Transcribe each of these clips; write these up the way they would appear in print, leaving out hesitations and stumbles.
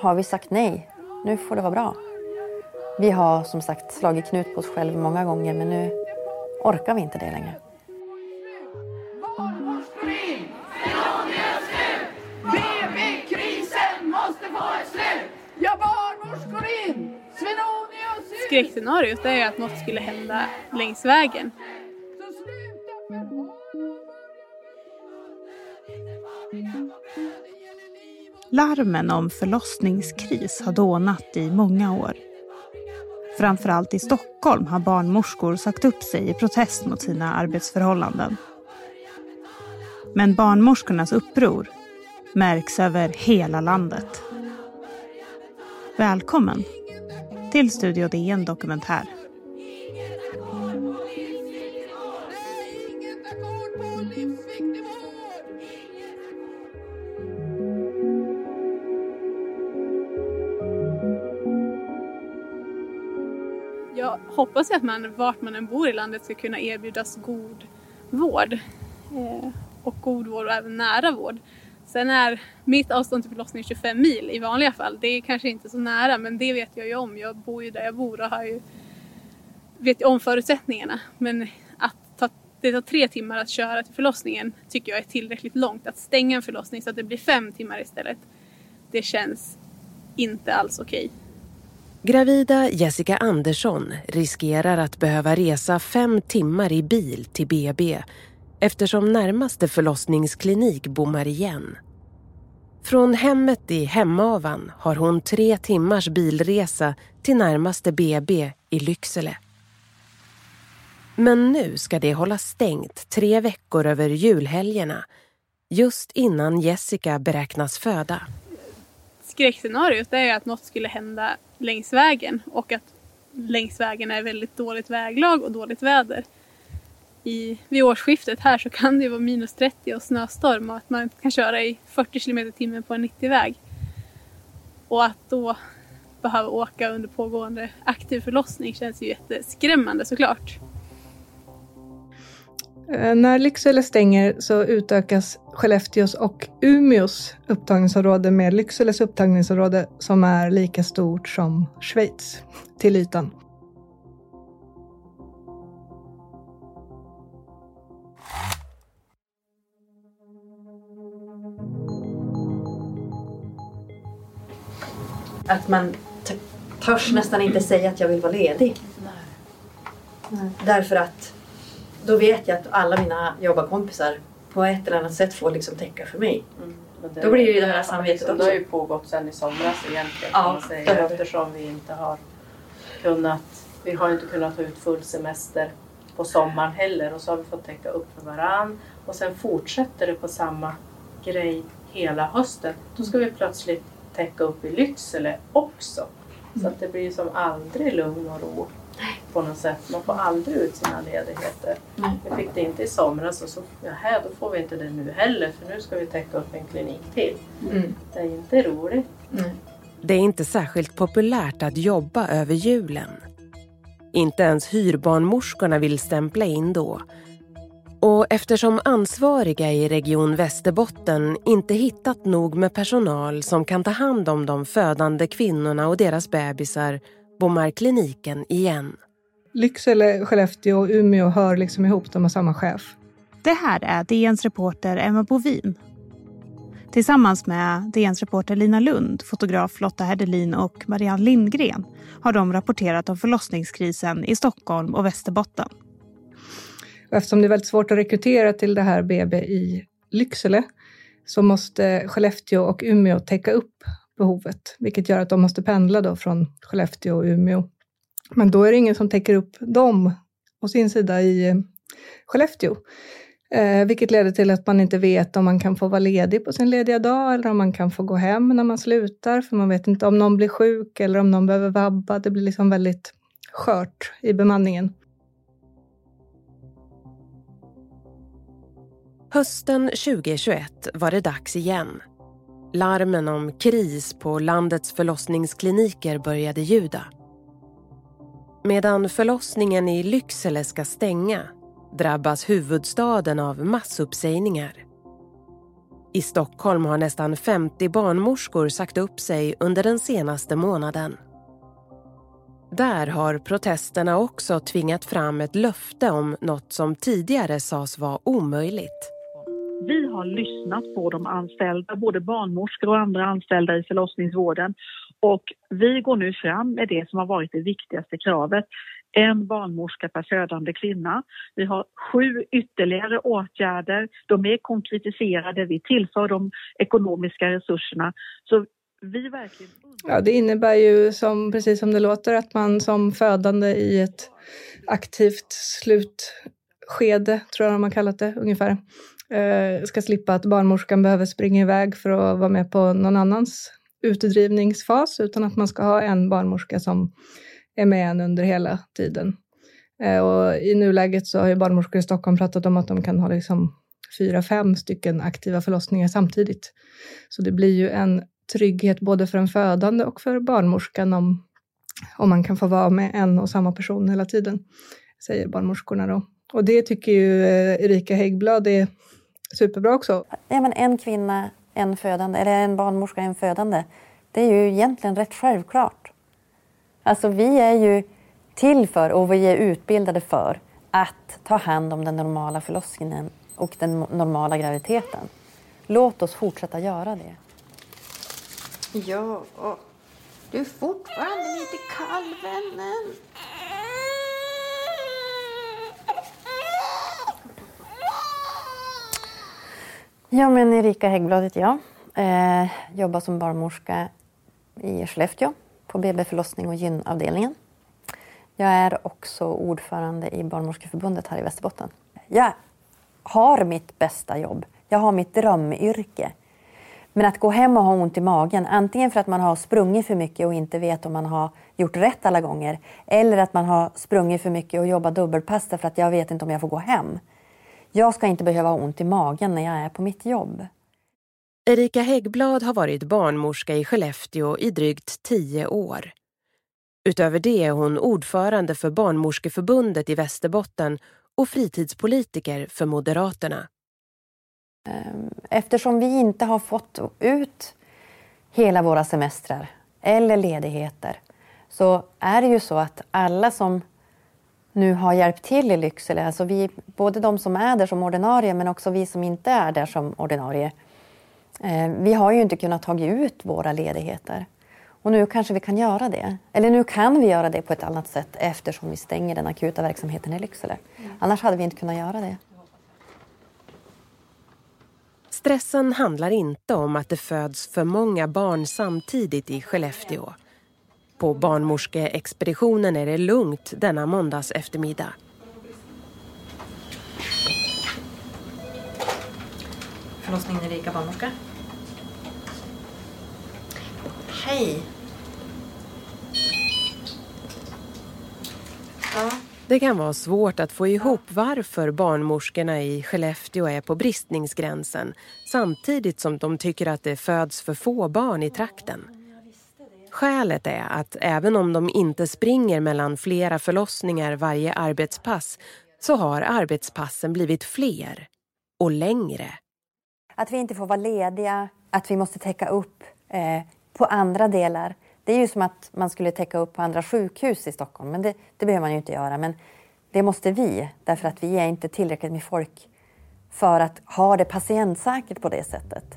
har vi sagt nej. Nu får det vara bra. Vi har som sagt slagit knut på oss själva många gånger, men nu orkar vi inte det längre. Barnmorskor in! Svenonius slut! BB-krisen måste få ett slut! Ja, barnmorskor in! Svenonius slut! Skräckscenariot är att något skulle hända längs vägen. Larmen om förlossningskris har dånat i många år. Framförallt i Stockholm har barnmorskor sagt upp sig i protest mot sina arbetsförhållanden. Men barnmorskornas uppror märks över hela landet. Välkommen till Studio DN Dokumentär. Jag hoppas att man, vart man än bor i landet, ska kunna erbjudas god vård. Och god vård och även nära vård. Sen är mitt avstånd till förlossning 25 mil i vanliga fall. Det är kanske inte så nära, men det vet jag ju om. Jag bor ju där jag bor och vet ju om förutsättningarna. Men att det tar 3 timmar att köra till förlossningen tycker jag är tillräckligt långt. Att stänga en förlossning så att det blir 5 timmar istället, det känns inte alls okej. Gravida Jessica Andersson riskerar att behöva resa 5 timmar i bil till BB eftersom närmaste förlossningsklinik bommar igen. Från hemmet i Hemavan har hon 3 timmars bilresa till närmaste BB i Lycksele. Men nu ska det hålla stängt 3 veckor över julhelgerna, just innan Jessica beräknas föda. Skräckscenariot är att något skulle hända längs vägen och att längs vägen är väldigt dåligt väglag och dåligt väder. Vid årsskiftet här så kan det vara minus 30 och snöstorm och att man kan köra i 40 km/h på en 90-väg. Och att då behöva åka under pågående aktiv förlossning känns ju jätteskrämmande såklart. När Lycksele stänger så utökas Skellefteås och Umeås upptagningsområde med Lyckseles upptagningsområde som är lika stort som Schweiz till ytan. Att man törs nästan inte säga att jag vill vara ledig. Nej. Därför att då vet jag att alla mina jobbarkompisar på ett eller annat sätt får liksom täcka för mig. Då blir det ju det här samvetet också. Det har ju pågått sedan i somras egentligen, kan man säga, eftersom vi inte har kunnat ta ut full semester på sommaren heller, och så har vi fått täcka upp för varann och sen fortsätter det på samma grej hela hösten. Då ska vi plötsligt täcka upp i Lycksele också. Så att det blir som aldrig lugn och ro på något sätt. Man får aldrig ut sina ledigheter. Vi fick det inte i somras och så då får vi inte det nu heller, för nu ska vi täcka upp en klinik till. Det är inte roligt. Det är inte särskilt populärt att jobba över julen. Inte ens hyrbarnmorskorna vill stämpla in då. Och eftersom ansvariga i Region Västerbotten inte hittat nog med personal som kan ta hand om de födande kvinnorna och deras bebisar, bommar kliniken igen. Lycksele, Skellefteå och Umeå hör liksom ihop, de har samma chef. Det här är DNs reporter Emma Bovin. Tillsammans med DNs reporter Lina Lund, fotograf Lotta Herdelin och Marianne Lindgren har de rapporterat om förlossningskrisen i Stockholm och Västerbotten. Och eftersom det är väldigt svårt att rekrytera till det här BB i Lycksele så måste Skellefteå och Umeå täcka upp behovet. Vilket gör att de måste pendla då från Skellefteå och Umeå. Men då är det ingen som täcker upp dem och sin sida i Skellefteå. Vilket leder till att man inte vet om man kan få vara ledig på sin lediga dag eller om man kan få gå hem när man slutar. För man vet inte om någon blir sjuk eller om någon behöver vabba. Det blir liksom väldigt skört i bemanningen. Hösten 2021 var det dags igen. Larmen om kris på landets förlossningskliniker började ljuda. Medan förlossningen i Lycksele ska stänga drabbas huvudstaden av massuppsägningar. I Stockholm har nästan 50 barnmorskor sagt upp sig under den senaste månaden. Där har protesterna också tvingat fram ett löfte om något som tidigare sades vara omöjligt. Vi har lyssnat på de anställda, både barnmorskor och andra anställda i förlossningsvården. Och vi går nu fram med det som har varit det viktigaste kravet. En barnmorska per födande kvinna. Vi har 7 ytterligare åtgärder. De är konkretiserade. Vi tillför de ekonomiska resurserna. Så vi verkligen... Ja, det innebär ju precis som det låter att man som födande i ett aktivt slutskede, tror jag de har kallat det ungefär, ska slippa att barnmorskan behöver springa iväg för att vara med på någon annans utdrivningsfas, utan att man ska ha en barnmorska som är med en under hela tiden. Och i nuläget så har ju barnmorskor i Stockholm pratat om att de kan ha 4-5 stycken aktiva förlossningar samtidigt. Så det blir ju en trygghet både för en födande och för barnmorskan om man kan få vara med en och samma person hela tiden, säger barnmorskorna då. Och det tycker ju Erika Häggblad är superbra också. Ja, men en kvinna, en födande, eller en barnmorska, en födande. Det är ju egentligen rätt självklart. Alltså vi är ju till för och vi är utbildade för att ta hand om den normala förlossningen och den normala graviditeten. Låt oss fortsätta göra det. Ja, du är fortfarande lite kall, vännen. Ja, men Erika Häggblad heter jag. Jobbar som barnmorska i Skellefteå på BB förlossning och gynavdelningen. Jag är också ordförande i Barnmorskeförbundet här i Västerbotten. Jag har mitt bästa jobb. Jag har mitt drömyrke. Men att gå hem och ha ont i magen, antingen för att man har sprungit för mycket och inte vet om man har gjort rätt alla gånger, eller att man har sprungit för mycket och jobbat dubbelpass för att jag vet inte om jag får gå hem. Jag ska inte behöva ha ont i magen när jag är på mitt jobb. Erika Häggblad har varit barnmorska i Skellefteå i drygt 10 år. Utöver det är hon ordförande för Barnmorskeförbundet i Västerbotten och fritidspolitiker för Moderaterna. Eftersom vi inte har fått ut hela våra semestrar eller ledigheter, så är det ju så att alla som nu har hjälpt till i Lycksele, alltså vi, både de som är där som ordinarie men också vi som inte är där som ordinarie, vi har ju inte kunnat ta ut våra ledigheter. Och nu kanske vi kan göra det. Eller nu kan vi göra det på ett annat sätt eftersom vi stänger den akuta verksamheten i Lycksele. Annars hade vi inte kunnat göra det. Stressen handlar inte om att det föds för många barn samtidigt i Skellefteå. På barnmorskeexpeditionen är det lugnt denna måndags eftermiddag. Förlossningen Erika, barnmorska. Hej. Ja. Det kan vara svårt att få ihop varför barnmorskorna i Skellefteå är på bristningsgränsen, samtidigt som de tycker att det föds för få barn i trakten. Skälet är att även om de inte springer mellan flera förlossningar varje arbetspass, så har arbetspassen blivit fler och längre. Att vi inte får vara lediga, att vi måste täcka upp på andra delar. Det är ju som att man skulle täcka upp på andra sjukhus i Stockholm, men det behöver man ju inte göra. Men det måste vi, därför att vi är inte tillräckligt med folk för att ha det patientsäkert på det sättet.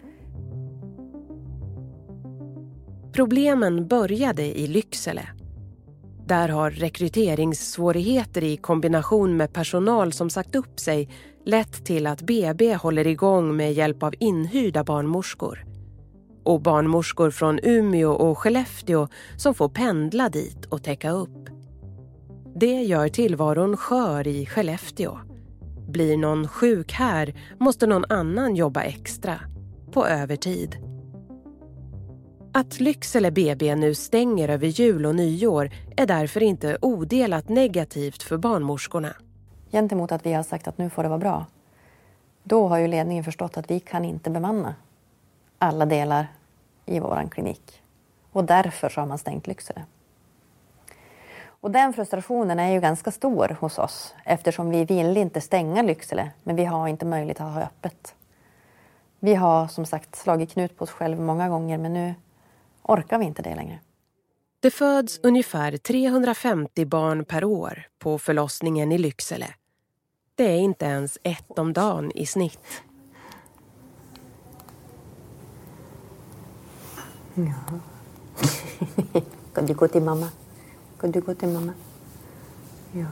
Problemen började i Lycksele. Där har rekryteringssvårigheter i kombination med personal som sagt upp sig lett till att BB håller igång med hjälp av inhyrda barnmorskor. Och barnmorskor från Umeå och Skellefteå som får pendla dit och täcka upp. Det gör tillvaron skör i Skellefteå. Blir någon sjuk här måste någon annan jobba extra, på övertid. Att Lycksele BB nu stänger över jul och nyår är därför inte odelat negativt för barnmorskorna. Gentemot att vi har sagt att nu får det vara bra, då har ju ledningen förstått att vi kan inte bemanna alla delar i våran klinik. Och därför så har man stängt Lycksele. Och den frustrationen är ju ganska stor hos oss, eftersom vi vill inte stänga Lycksele, men vi har inte möjlighet att ha öppet. Vi har som sagt slagit knut på oss själva många gånger, men nu orkar vi inte det längre. Det föds ungefär 350 barn per år på förlossningen i Lycksele. Det är inte ens 1 om dagen i snitt. Ja. Kan du gå till mamma? Kan du gå till mamma? Ja.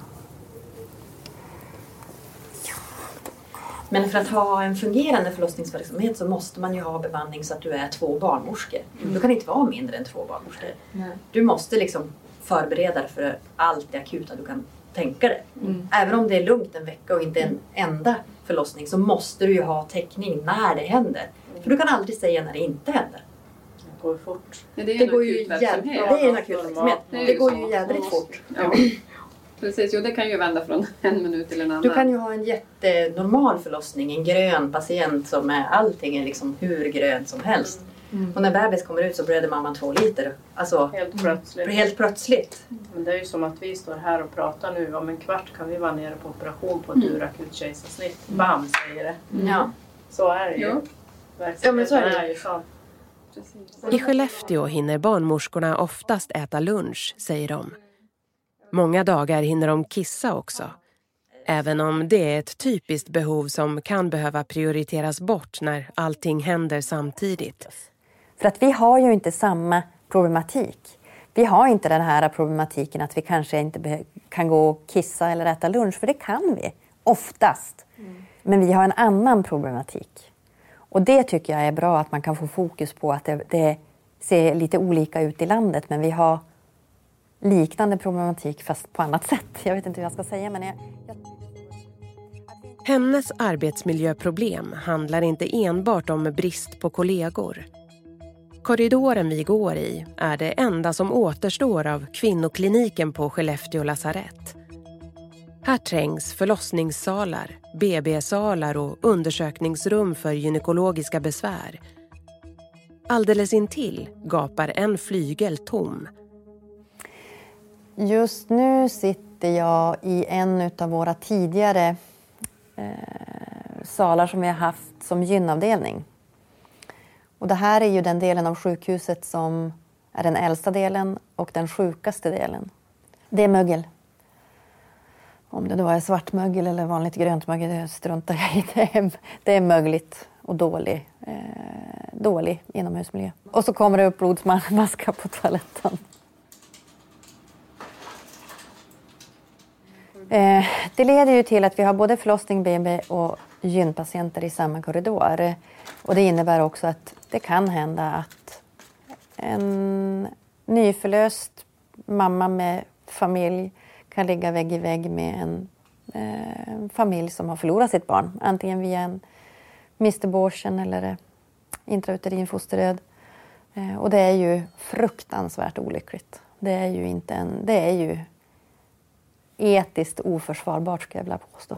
Men för att ha en fungerande förlossningsverksamhet så måste man ju ha bemanning så att du är 2 barnmorskor. Du kan inte vara mindre än 2 barnmorskor. Du måste liksom förbereda dig för allt det akuta du kan tänka dig. Även om det är lugnt en vecka och inte en enda förlossning så måste du ju ha täckning när det händer. För du kan aldrig säga när det inte händer. Det går fort. Ja, det är Det en går ju akutverksamhet. det är en akutverksamhet. Det går ju jädrigt fort. Ja. Precis, jo det kan ju vända från en minut till en annan. Du kan ju ha en jättenormal förlossning, en grön patient som är allting är liksom hur grön som helst. Och när bebis kommer ut så blöder mamman 2 liter. Alltså helt plötsligt. Men det är ju som att vi står här och pratar nu. Om en kvart kan vi vara nere på operation på ett urakut kejsarsnitt. Bam säger det. Ja. Så är det ju. Ja, men så är det. Är ju så. I Skellefteå hinner barnmorskorna oftast äta lunch, säger de. Många dagar hinner de kissa också. Även om det är ett typiskt behov som kan behöva prioriteras bort när allting händer samtidigt. För att vi har ju inte samma problematik. Vi har inte den här problematiken att vi kanske inte kan gå och kissa eller äta lunch. För det kan vi, oftast. Men vi har en annan problematik. Och det tycker jag är bra att man kan få fokus på att det ser lite olika ut i landet. Men vi har liknande problematik fast på annat sätt. Jag vet inte hur jag ska säga, men Hennes arbetsmiljöproblem handlar inte enbart om brist på kollegor. Korridoren vi går i är det enda som återstår av kvinnokliniken på Skellefteå lasarett. Här trängs förlossningssalar, BB-salar och undersökningsrum för gynekologiska besvär. Alldeles intill gapar en flygel tom. Just nu sitter jag i en av våra tidigare salar som vi har haft som gynavdelning. Och det här är ju den delen av sjukhuset som är den äldsta delen och den sjukaste delen. Det är mögel. Om det då är svartmögel eller vanligt grönt mögel, det struntar jag i. Det är mögligt och dålig inomhusmiljö. Och så kommer det upp blodsmaskar på toaletten. Det leder ju till att vi har både förlossning, BB och gynpatienter i samma korridor. Och det innebär också att det kan hända att en nyförlöst mamma med familj kan ligga vägg i vägg med en familj som har förlorat sitt barn. Antingen via en mistelborsen eller intrauterin fosterröd. Och det är ju fruktansvärt olyckligt. Det är ju etiskt oförsvarbart, ska jag vilja påstå.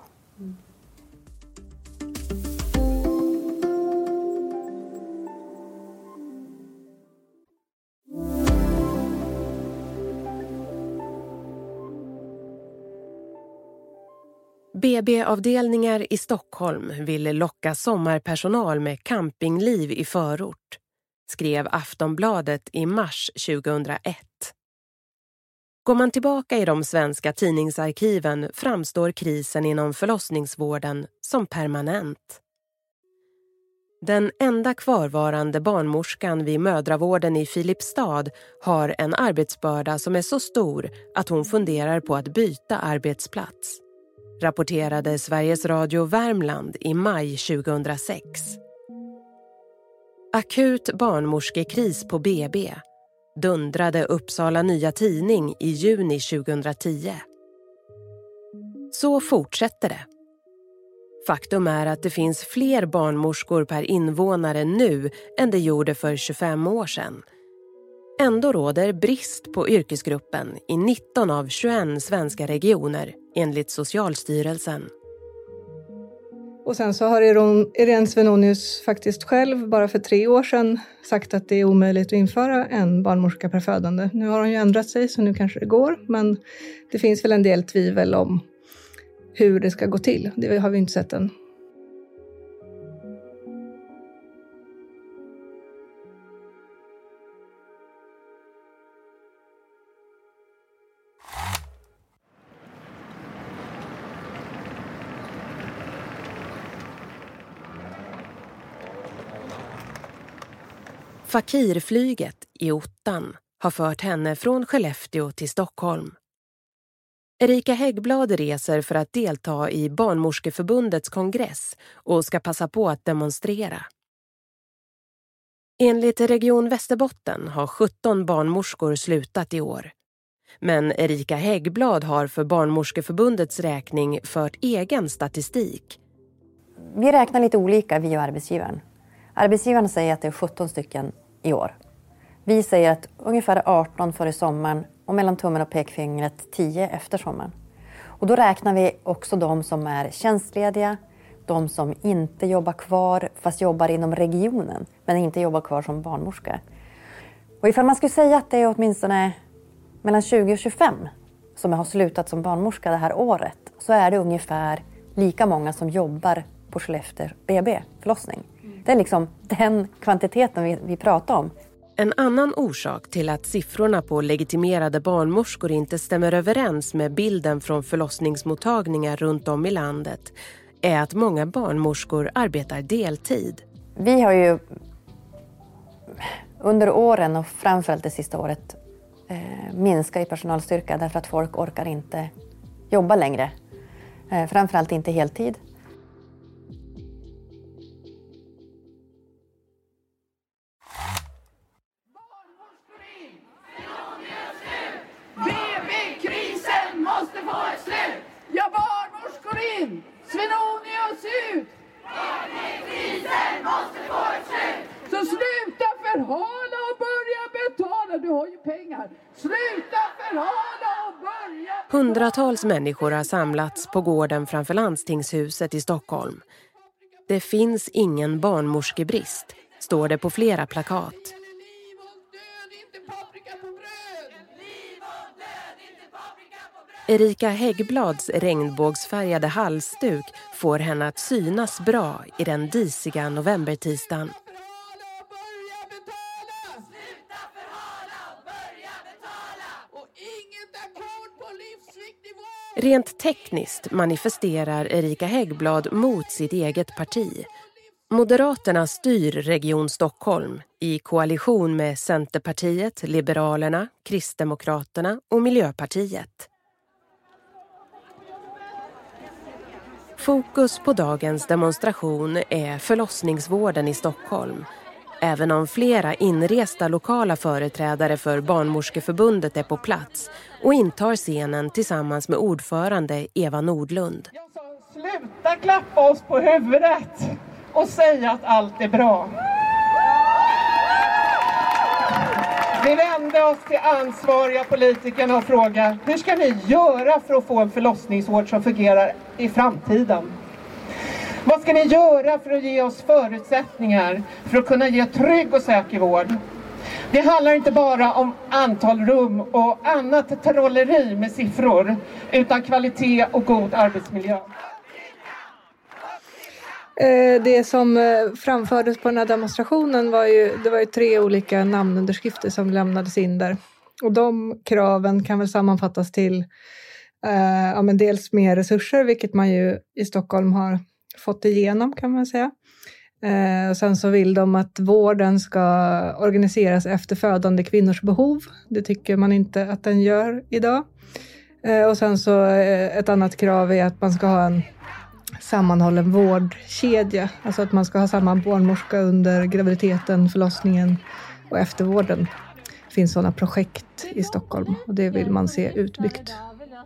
BB-avdelningar i Stockholm ville locka sommarpersonal med campingliv i förort, skrev Aftonbladet i mars 2001. Går man tillbaka i de svenska tidningsarkiven framstår krisen inom förlossningsvården som permanent. Den enda kvarvarande barnmorskan vid mödravården i Filipstad har en arbetsbörda som är så stor att hon funderar på att byta arbetsplats, rapporterade Sveriges Radio Värmland i maj 2006. Akut barnmorskekris på BB, dundrade Uppsala Nya Tidning i juni 2010. Så fortsätter det. Faktum är att det finns fler barnmorskor per invånare nu än det gjorde för 25 år sedan. Ändå råder brist på yrkesgruppen i 19 av 21 svenska regioner enligt Socialstyrelsen. Och sen så har Irene Svenonius faktiskt själv bara för 3 år sedan sagt att det är omöjligt att införa en barnmorska per födande. Nu har hon ju ändrat sig så nu kanske det går, men det finns väl en del tvivel om hur det ska gå till. Det har vi inte sett än. Fakirflyget i Ottan har fört henne från Skellefteå till Stockholm. Erika Häggblad reser för att delta i Barnmorskeförbundets kongress och ska passa på att demonstrera. Enligt Region Västerbotten har 17 barnmorskor slutat i år. Men Erika Häggblad har för Barnmorskeförbundets räkning fört egen statistik. Vi räknar lite olika, vi och arbetsgivaren. Arbetsgivaren säger att det är 17 stycken i år. Vi säger att ungefär 18 före sommaren och mellan tummen och pekfingret 10 efter sommaren. Och då räknar vi också de som är tjänstlediga, de som inte jobbar kvar fast jobbar inom regionen men inte jobbar kvar som barnmorska. Och ifall man skulle säga att det är åtminstone mellan 20 och 25 som har slutat som barnmorska det här året, så är det ungefär lika många som jobbar på Skellefteå BB, förlossning. Det är liksom den kvantiteten vi pratar om. En annan orsak till att siffrorna på legitimerade barnmorskor inte stämmer överens med bilden från förlossningsmottagningar runt om i landet är att många barnmorskor arbetar deltid. Vi har ju under åren och framförallt det sista året minskat i personalstyrka därför att folk orkar inte jobba längre. Framförallt inte heltid. BB-krisen måste få ett slut! Ja, barnmorskor in! Svenonius ut! BB-krisen måste få ett slut! Så sluta förhala och börja betala! Du har ju pengar! Sluta förhala och börja betala! Hundratals människor har samlats på gården framför landstingshuset i Stockholm. Det finns ingen barnmorskebrist, står det på flera plakat. Erika Häggblads regnbågsfärgade halsduk får henne att synas bra i den disiga novembertisdagen. Rent tekniskt manifesterar Erika Häggblad mot sitt eget parti. Moderaterna styr Region Stockholm i koalition med Centerpartiet, Liberalerna, Kristdemokraterna och Miljöpartiet. Fokus på dagens demonstration är förlossningsvården i Stockholm. Även om flera inresta lokala företrädare för Barnmorskeförbundet är på plats och intar scenen tillsammans med ordförande Eva Nordlund. Jag sa, sluta klappa oss på huvudet och säga att allt är bra. Vi vände oss till ansvariga politikerna och frågade, hur ska ni göra för att få en förlossningsvård som fungerar i framtiden? Vad ska ni göra för att ge oss förutsättningar för att kunna ge trygg och säker vård? Det handlar inte bara om antal rum och annat trolleri med siffror, utan kvalitet och god arbetsmiljö. Det som framfördes på den här demonstrationen var ju 3 olika namnunderskrifter som lämnades in där. Och de kraven kan väl sammanfattas till men dels mer resurser, vilket man ju i Stockholm har fått igenom kan man säga. Och sen så vill de att vården ska organiseras efter födande kvinnors behov. Det tycker man inte att den gör idag. Och sen så ett annat krav är att man ska ha en sammanhållen vårdkedja. Alltså att man ska ha samma barnmorska under graviditeten, förlossningen och eftervården. Det finns sådana projekt i Stockholm och det vill man se utbyggt.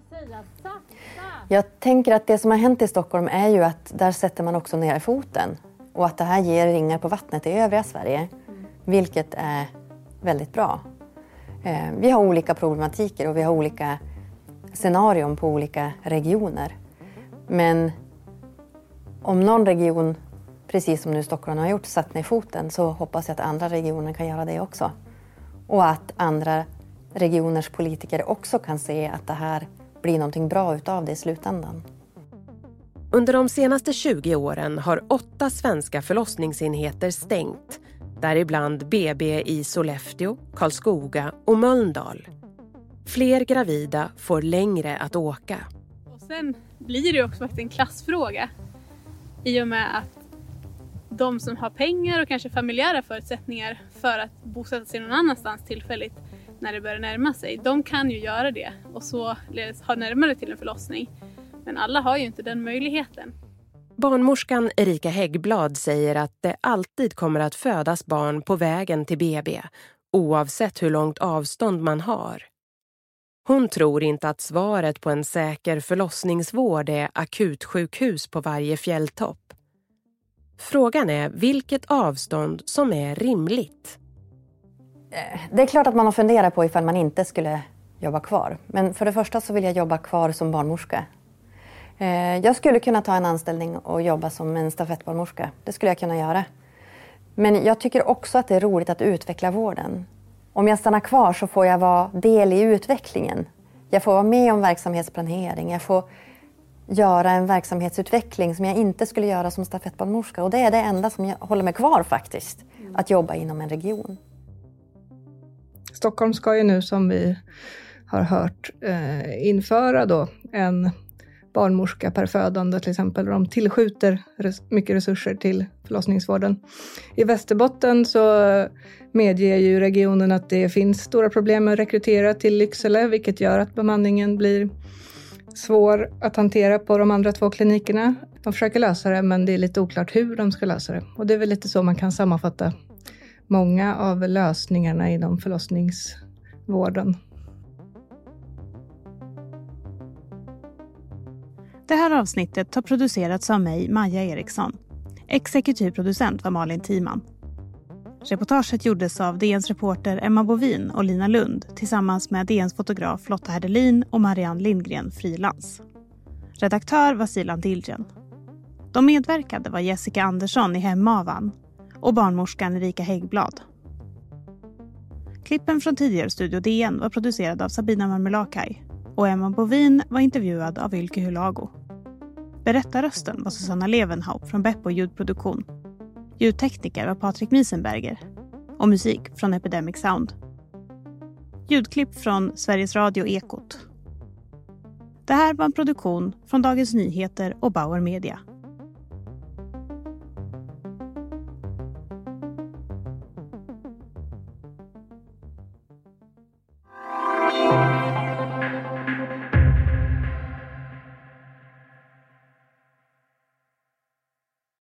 Jag tänker att det som har hänt i Stockholm är ju att där sätter man också ner foten. Och att det här ger ringar på vattnet i övriga Sverige. Vilket är väldigt bra. Vi har olika problematiker och vi har olika scenarion på olika regioner. Men om någon region, precis som nu Stockholm har gjort, satt ner foten, så hoppas jag att andra regioner kan göra det också. Och att andra regioners politiker också kan se att det här blir någonting bra utav det i slutändan. Under de senaste 20 åren har 8 svenska förlossningsenheter stängt. Däribland BB i Sollefteå, Karlskoga och Mölndal. Fler gravida får längre att åka. Och sen blir det också faktiskt en klassfråga. I och med att de som har pengar och kanske familjära förutsättningar för att bosätta sig någon annanstans tillfälligt när det börjar närma sig, de kan ju göra det och så ha närmare till en förlossning. Men alla har ju inte den möjligheten. Barnmorskan Erika Häggblad säger att det alltid kommer att födas barn på vägen till BB, oavsett hur långt avstånd man har. Hon tror inte att svaret på en säker förlossningsvård är akutsjukhus på varje fjälltopp. Frågan är vilket avstånd som är rimligt. Det är klart att man har funderat på ifall man inte skulle jobba kvar. Men för det första så vill jag jobba kvar som barnmorska. Jag skulle kunna ta en anställning och jobba som en stafettbarnmorska. Det skulle jag kunna göra. Men jag tycker också att det är roligt att utveckla vården. Om jag stannar kvar så får jag vara del i utvecklingen. Jag får vara med om verksamhetsplanering. Jag får göra en verksamhetsutveckling som jag inte skulle göra som stafettbarnmorska. Och det är det enda som jag håller mig kvar faktiskt. Att jobba inom en region. Stockholm ska ju nu, som vi har hört, införa då en barnmorska per födande till exempel. De tillskjuter mycket resurser till förlossningsvården. I Västerbotten så medger ju regionen att det finns stora problem med att rekrytera till Lycksele, vilket gör att bemanningen blir svår att hantera på de andra 2 klinikerna. De försöker lösa det, men det är lite oklart hur de ska lösa det. Och det är väl lite så man kan sammanfatta många av lösningarna inom förlossningsvården. Det här avsnittet har producerats av mig, Maja Eriksson. Exekutiv producent var Malin Timan. Reportaget gjordes av DNs reporter Emma Bovin och Lina Lund tillsammans med DNs fotograf Lotta Herdelin och Marianne Lindgren frilans. Redaktör var Silan Dilgen. De medverkade var Jessica Andersson i Hemavan och barnmorskan Erika Häggblad. Klippen från tidigare Studio DN var producerad av Sabina Marmelakai och Emma Bovin var intervjuad av Ylke Hulago. Berättarrösten var Susanna Levenhaupt från Beppo ljudproduktion. Ljudtekniker var Patrik Miesenberger och musik från Epidemic Sound. Ljudklipp från Sveriges Radio Ekot. Det här var en produktion från Dagens Nyheter och Bauer Media.